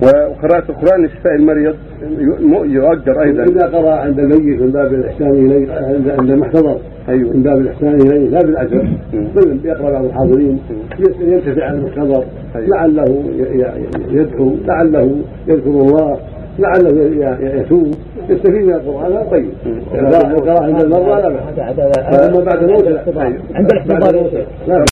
وقراءة القرآن لشفاء المريض يؤجر أيضا إذا قرأ عند الميت من باب الإحسان إليه، عند المحتضر من باب الإحسان إليه لا بالأجر، بل يقرأ بعض الحاضرين ينتفع عن المحتضر، لعله يدعو، لعله يذكر الله، لعله يتوب، يستفيد من القرآن. طيب يقرأ عند المرضى لا بأس، أما بعد الموت لا.